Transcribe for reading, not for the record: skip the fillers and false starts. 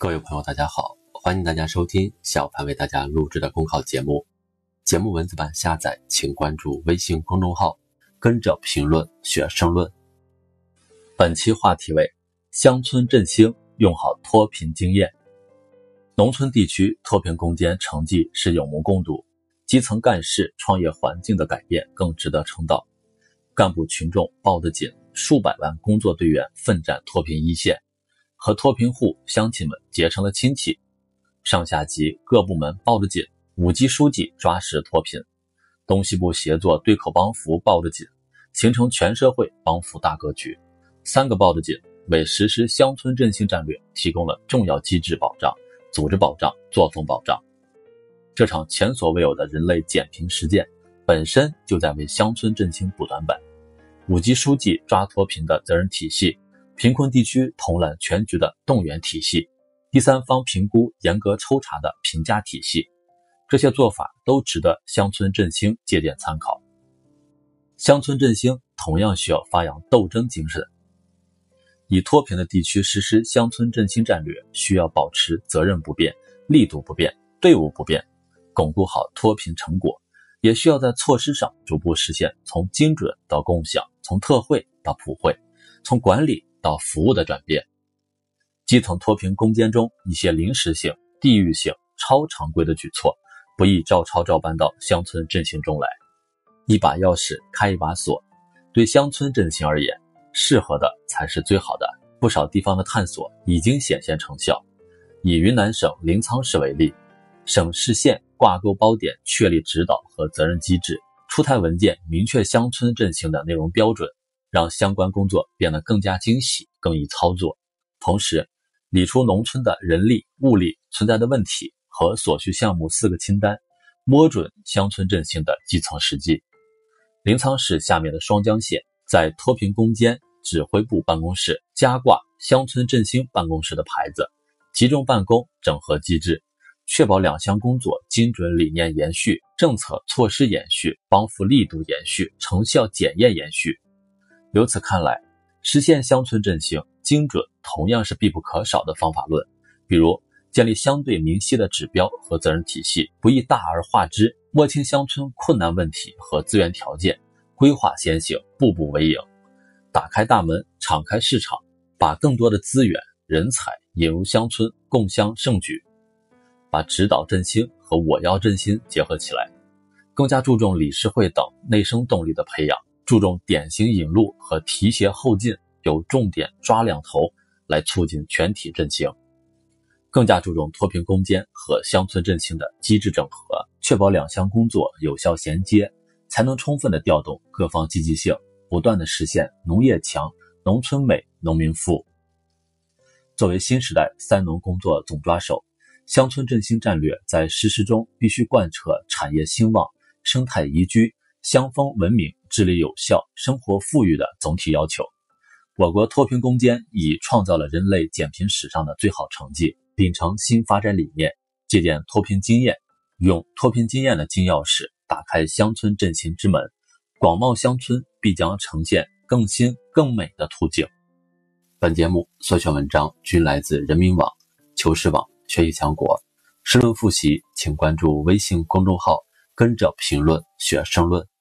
各位朋友大家好，欢迎大家收听小潘为大家录制的公考节目。节目文字版下载请关注微信公众号，跟着评论学申论。本期话题为乡村振兴，用好脱贫经验。农村地区脱贫攻坚成绩是有目共睹，基层干事创业环境的改变更值得称道。干部群众抱得紧，数百万工作队员奋战脱贫一线，和脱贫户乡亲们结成了亲戚，上下级各部门抱得紧，5级书记抓实脱贫，东西部协作对口帮扶抱得紧，形成全社会帮扶大格局，3个抱得紧，为实施乡村振兴战略提供了重要机制保障、组织保障、作风保障。这场前所未有的人类减贫实践本身就在为乡村振兴补短板。5级书记抓脱贫的责任体系，贫困地区统揽全局的动员体系，第三方评估严格抽查的评价体系，这些做法都值得乡村振兴借鉴参考。乡村振兴同样需要发扬斗争精神。以脱贫的地区实施乡村振兴战略，需要保持责任不变、力度不变、队伍不变，巩固好脱贫成果，也需要在措施上逐步实现从精准到共享，从特惠到普惠，从管理到服务的转变。基层脱贫攻坚中一些临时性、地域性、超常规的举措，不宜照抄照搬到乡村振兴中来。一把钥匙开一把锁，对乡村振兴而言，适合的才是最好的。不少地方的探索已经显现成效。以云南省临沧市为例，省市县挂钩包点，确立指导和责任机制，出台文件明确乡村振兴的内容标准，让相关工作变得更加精细、更易操作。同时，理出农村的人力、物力存在的问题和所需项目4个清单，摸准乡村振兴的基层实际。临沧市下面的双江县在脱贫攻坚指挥部办公室加挂乡村振兴办公室的牌子，集中办公整合机制，确保2项工作精准理念延续、政策措施延续、帮扶力度延续、成效检验延续。由此看来，实现乡村振兴精准同样是必不可少的方法论。比如建立相对明晰的指标和责任体系，不宜大而化之，摸清乡村困难问题和资源条件，规划先行，步步为营，打开大门，敞开市场，把更多的资源、人才引入乡村，共襄盛举。把指导振兴和我要振兴结合起来，更加注重理事会等内生动力的培养，注重典型引路和提携后进，有重点抓两头来促进全体振兴。更加注重脱贫攻坚和乡村振兴的机制整合，确保2项工作有效衔接，才能充分的调动各方积极性，不断的实现农业强、农村美、农民富。作为新时代3农工作总抓手，乡村振兴战略在实施中必须贯彻产业兴旺、生态宜居、乡风文明、治理有效、生活富裕的总体要求。我国脱贫攻坚已创造了人类减贫史上的最好成绩，秉承新发展理念，借鉴脱贫经验，用脱贫经验的金钥匙打开乡村振兴之门，广袤乡村必将呈现更新更美的图景。本节目所选文章均来自人民网、求是网、学习强国。申论复习请关注微信公众号，跟着评论学申论。